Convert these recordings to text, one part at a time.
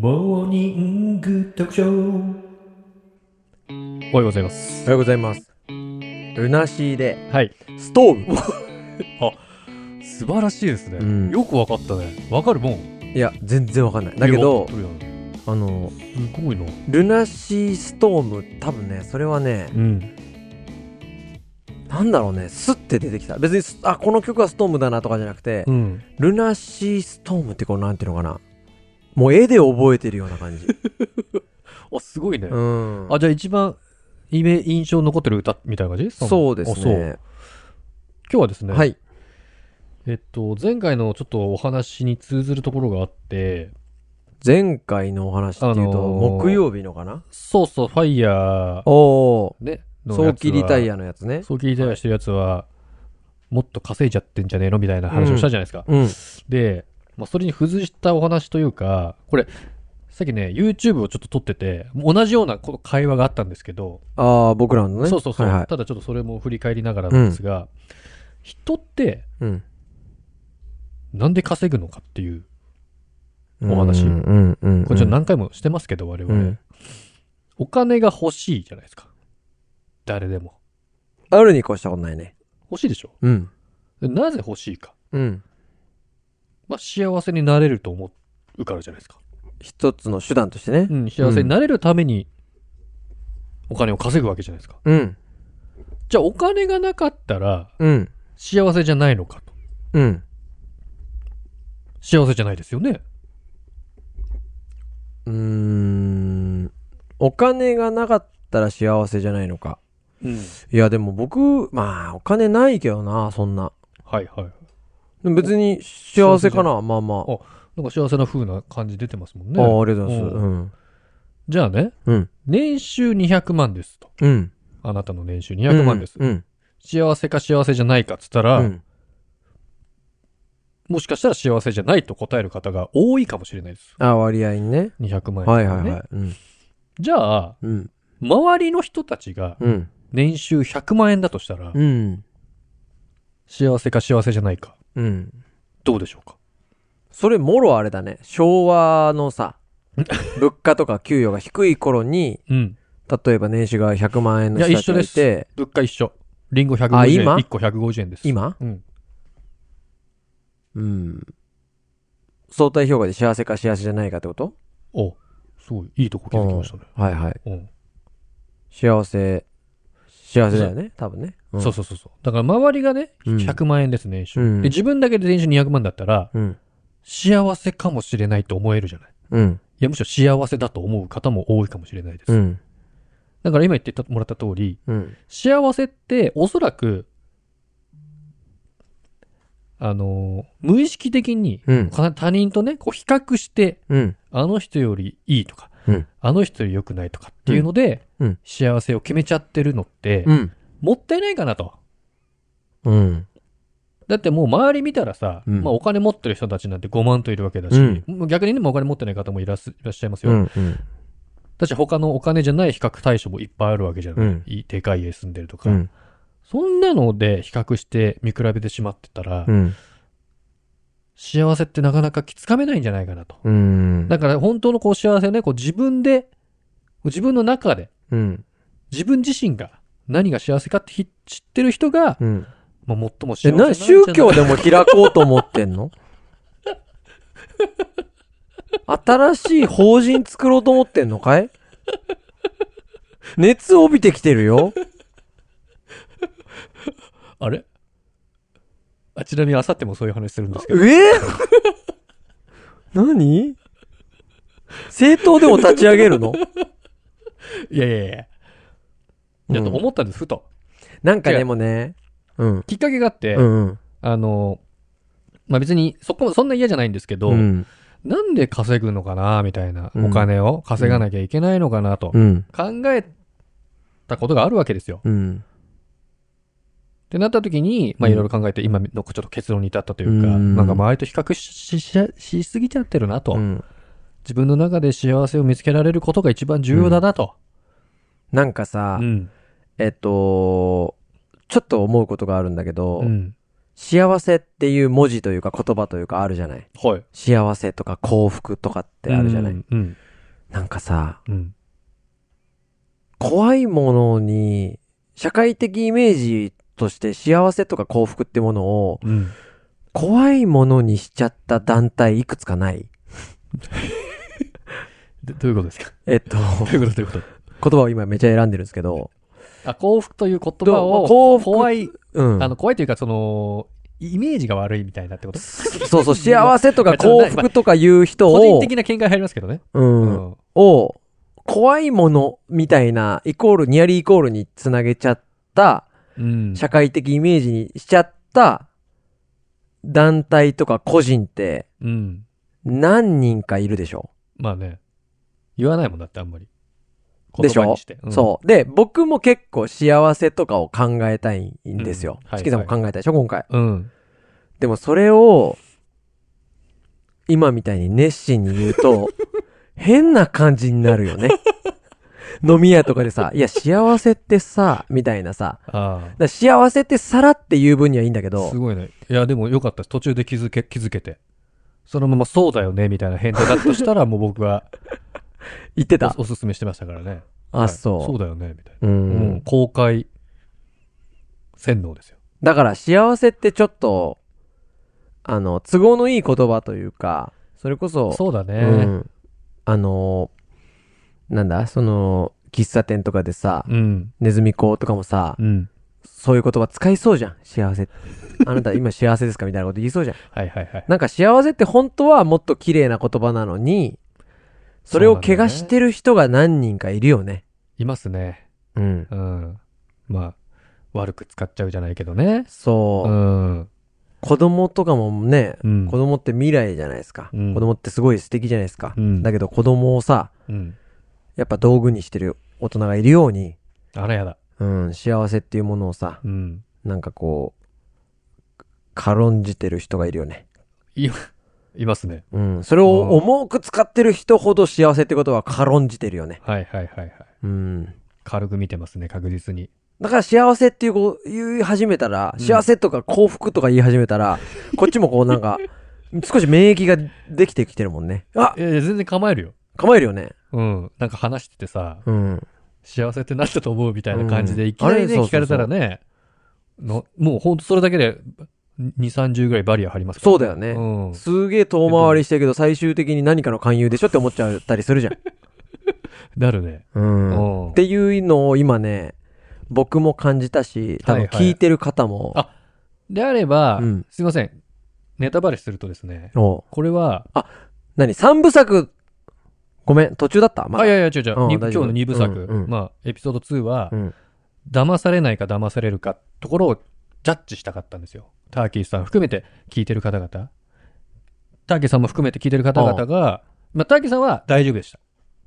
モーニング特徴。おはようございます。 おはようございます。ルナシーではい。 ストーブ素晴らしいですね。 うん、 よくわかったね。わかるもん。 いや全然わかんない。だけどすごいな。 ルナシーストーム、多分ねそれはね、なんだろうね、スッて出てきた。別にこの曲はストームだなとかじゃなくて、ルナシーストームってこうなんていうのかな、もう絵で覚えてるような感じ。 すごいね。 うん。 じゃあ一番印象残ってる歌みたいな感じ？ そうですね。 今日はですね、 はい。 前回のちょっとお話に通ずるところがあって、 前回のお話っていうと、木曜日のかな？ そうそう、ファイヤー。 おー。 ね。 早期リタイアのやつね。 早期リタイアしてるやつは、もっと稼いじゃってんじゃねえのみたいな話をしたじゃないですか。で、それに付随したお話というか、これ、さっきね、YouTube をちょっと撮ってて、同じような会話があったんですけど、 僕らのね。 そうそうそう。 はいはい、 ただちょっとそれも振り返りながらなんですが、人って、なんで稼ぐのかっていうお話。これちょっと何回もしてますけど、我々。お金が欲しいじゃないですか。誰でも。 あるに越したことないね。 欲しいでしょ？なぜ欲しいか。幸せになれると思うからじゃないですか。 一つの手段としてね。 幸せになれるためにお金を稼ぐわけじゃないですか。じゃあお金がなかったら、幸せじゃないのかと。幸せじゃないですよね。 お金がなかったら幸せじゃないのか。いやでも僕、お金ないけどな、そんな。 はいはい。 別に幸せかな、まあまあ。 なんか幸せな風な感じ出てますもんね。 ありがとうございます。 じゃあね、年収200万ですと。あなたの年収200万です。幸せか幸せじゃないかっつったら、もしかしたら幸せじゃないと答える方が多いかもしれないです。 割合にね。 200万円、 はいはいはい。 じゃあ、周りの人たちが年収100万円だとしたら、幸せか幸せじゃないか。どうでしょうか？ それもろあれだね。昭和のさ、物価とか給与が低い頃に、例えば年収が100万円の人たちがいて。いや、一緒です。 物価一緒。リンゴ150円。1個150円です。 今？相対評価で幸せか幸せじゃないかってこと？ すごい、いいとこ気づきましたね。 はいはい。幸せだよね、多分ね。 そう。だから周りがね、100万円です、年収。で、自分だけで年収200万だったら、幸せかもしれないと思えるじゃない。いや、むしろ幸せだと思う方も多いかもしれないです。だから今言ってもらった通り、幸せっておそらく、無意識的に、他人とね、こう比較して、あの人よりいいとか、あの人より良くないとかっていうので、幸せを決めちゃってるのって、もったいないかなと。だってもう周り見たらさ、お金持ってる人たちなんて5万といるわけだし、逆にね、お金持ってない方もいらっしゃいますよ。だし他のお金じゃない比較対象もいっぱいあるわけじゃない。でかい家住んでるとか。そんなので比較して見比べてしまってたら、幸せってなかなかつかめないんじゃないかなと。だから本当のこう幸せをね、こう自分の中で、自分自身が何が幸せかって知ってる人が、最も幸せなんじゃない。 宗教でも開こうと思ってんの？新しい法人作ろうと思ってんのかい？熱帯びてきてるよ。 あれ？ちなみにあさってもそういう話するんですけど。 何？政党でも立ち上げるの？ いや。ちょっと思ったんです、ふと。 なんかでもね、 きっかけがあって、別にそんな嫌じゃないんですけど、なんで稼ぐのかなみたいな、お金を稼がなきゃいけないのかなと、考えたことがあるわけですよ。ってなった時に、いろいろ考えて、今のちょっと結論に至ったというか、なんか周りと比較しすぎちゃってるなと、自分の中で幸せを見つけられることが一番重要だなと。 なんかさ、ちょっと思うことがあるんだけど、 幸せっていう文字というか言葉というかあるじゃない。 はい。 幸せとか幸福とかってあるじゃない。 うん。 なんかさ、怖いものに、社会的イメージとして幸せとか幸福ってものを、怖いものにしちゃった団体いくつかないどういうことですか？ どういうこと言葉を今めちゃ選んでるんですけど。 幸福という言葉を、怖い、怖いというかイメージが悪いみたいなってこと？ そうそう、幸せとか幸福とかいう人を、 個人的な見解入りますけどね。 を、怖いものみたいな、ニアリーイコールにつなげちゃった、社会的イメージにしちゃった団体とか個人って、何人かいるでしょ？ まあね。言わないもんだってあんまり。 でしょ？そう。で、僕も結構幸せとかを考えたいんですよ。チキさんも考えたでしょ今回。でもそれを、今みたいに熱心に言うと、変な感じになるよね。飲み屋とかでさ、いや、幸せってさ、みたいなさ。だ幸せってさらって言う分にはいいんだけど。 すごいね。いや、でもよかったです。途中で気づけて。そのままそうだよね、みたいな返答だとしたら、もう僕は。 言ってた。 おすすめしてましたからね。 そう。 そうだよね、みたいな。公開洗脳ですよ。 だから幸せってちょっと、都合のいい言葉というか、それこそ。 そうだね。 なんだ喫茶店とかでさ、ネズミ講とかもさ、そういう言葉使いそうじゃん、幸せ。あなた今幸せですかみたいなこと言いそうじゃん。なんか幸せって本当はもっと綺麗な言葉なのに、それを怪我してる人が何人かいるよね。 いますね。まあ、悪く使っちゃうじゃないけどね。 そう。子供とかもね、子供って未来じゃないですか。子供ってすごい素敵じゃないですか。だけど子供をさ、やっぱ道具にしてる大人がいるように、 あらやだ。 幸せっていうものをさ、なんかこう、軽んじてる人がいるよね。 いますね。 それを重く使ってる人ほど幸せってことは軽んじてるよね。 軽く見てますね、確実に。 だから幸せって言い始めたら、幸せとか幸福とか言い始めたら、こっちもこうなんか、少し免疫ができてきてるもんね。 全然構えるよ。 構えるよね。 なんか話しててさ、幸せって何だと思うみたいな感じで、いきなりね、聞かれたらね、もうほんとそれだけで、2、30ぐらいバリア張りますから。 そうだよね。すげえ遠回りしてるけど、最終的に何かの勧誘でしょって思っちゃったりするじゃん。 なるね。 っていうのを今ね、僕も感じたし、多分聞いてる方も。 であれば、すいません。ネタバレするとですね、これは、 3部作、ごめん、途中だった？ いや、違う。今日の2部作、エピソード2は、騙されないか騙されるか、ところをジャッジしたかったんですよ。ターキーさん含めて聞いてる方々。ターキーさんも含めて聞いてる方々が、ターキーさんは大丈夫でした。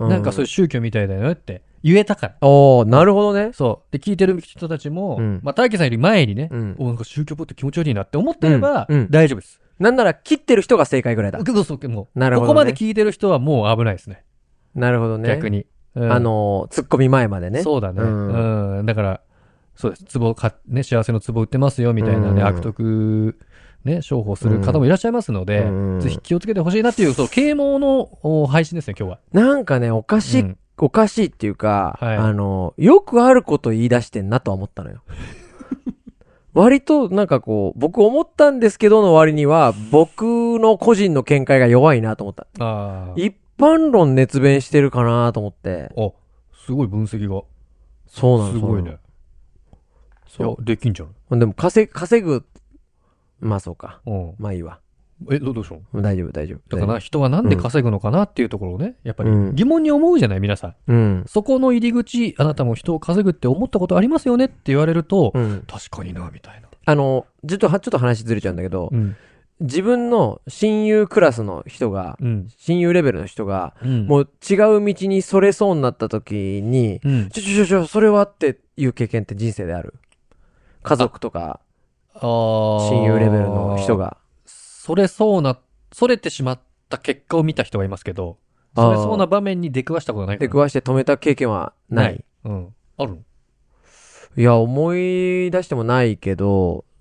なんかそういう宗教みたいだよって言えたから。 なるほどね。 そう。で、聞いてる人たちも、ターキーさんより前にね、なんか宗教っぽくて気持ち悪いなって思ってれば、大丈夫です。 なんなら切ってる人が正解ぐらいだ。 もう、なるほど、ここまで聞いてる人はもう危ないですね。 なるほどね。 逆に。 ツッコミ前までね。 そうだね。だから、そうです。幸せの壺売ってますよ、みたいなね、悪徳、ね、商法する方もいらっしゃいますので、ぜひ気をつけてほしいなっていう、啓蒙の配信ですね、今日は。 なんかね、おかしいっていうか、よくあること言い出してんなとは思ったのよ。割と、なんかこう、僕思ったんですけどの割には、僕の個人の見解が弱いなと思った。一般論熱弁してるかなと思って。 すごい分析が。 そうなんです。すごいね。いや、できんじゃん。 でも稼ぐ、まあそうか。まあいいわ。 どうしよう？大丈夫。だから人はなんで稼ぐのかなっていうところをね、やっぱり疑問に思うじゃない、皆さん。そこの入り口、あなたも人を稼ぐって思ったことありますよねって言われると、確かにな、みたいな。 ちょっと話ずれちゃうんだけど、自分の親友クラスの人が、親友レベルの人が、もう違う道にそれそうになった時に、それはっていう経験って人生である？家族とか、親友レベルの人が。 それてしまった結果を見た人がいますけど、それそうな場面に出くわしたことないから。出くわして止めた経験はない。 あるの？ いや、思い出してもないけど、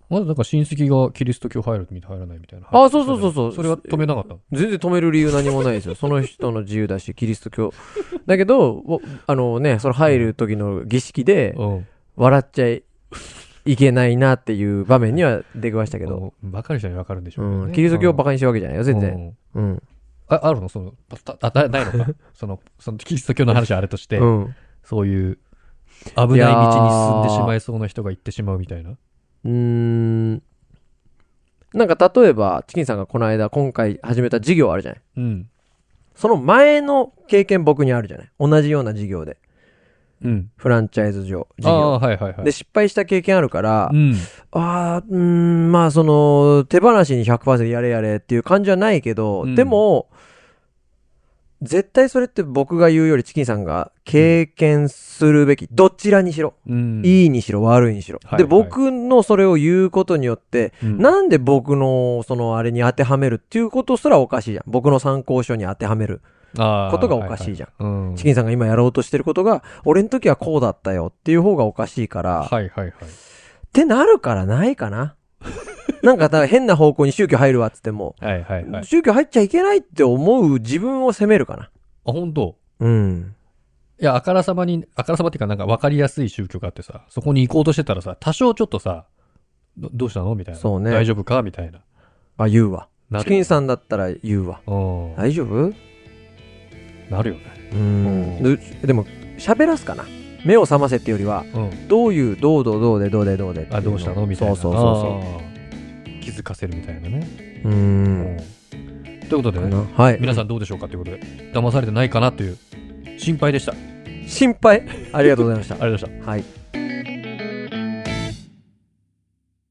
まだなんか親戚がキリスト教入るみたい入らないみたいな。 あ、そうそうそうそう。 それは止めなかった？ 全然止める理由何もないですよ。その人の自由だし、キリスト教。だけど、その入る時の儀式で、笑っちゃいけないなっていう場面には出くわしたけど。 バカにしたらわかるんでしょうね。 キリスト教をバカにしてるわけじゃないよ、全然。 あるのその、ないのかそのキリスト教の話はあれとして、そういう、危ない道に進んでしまいそうな人が行ってしまうみたいな。 なんか例えば、チキンさんが今回始めた事業あるじゃない。 うん。 その前の経験僕にあるじゃない。同じような事業で。 うん。 フランチャイズ事業。 はいはいはい。 で、失敗した経験あるから、 うん。 まあ手放しに 100% やれやれっていう感じはないけど、でも、絶対それって僕が言うよりチキンさんが経験するべき。どちらにしろ。いいにしろ悪いにしろ。で、僕のそれを言うことによって、なんで僕のあれに当てはめるっていうことすらおかしいじゃん。僕の参考書に当てはめってことがおかしいじゃん。チキンさんが今やろうとしてることが、俺の時はこうだったよっていう方がおかしいから。ってなるからないかな。なんか変な方向に宗教入るわっつっても、宗教入っちゃいけないって思う自分を責めるかな。あ、 本当？いや、あからさまっていうかなんか分かりやすい宗教があってさ、そこに行こうとしてたらさ、多少ちょっとさ、どうしたのみたいな。そうね。大丈夫かみたいな。 あ、言うわ。チキンさんだったら言うわ。大丈夫？ なるよね。 でも、喋らすかな。目を覚ませっていうよりは、どういう、どうで。 あ、どうしたのみたいな。そう気づかせるみたいなね。ということでね、皆さんどうでしょうかということで、騙されてないかなという心配でした。 心配？ありがとうございました。 ありがとうございました。 はい。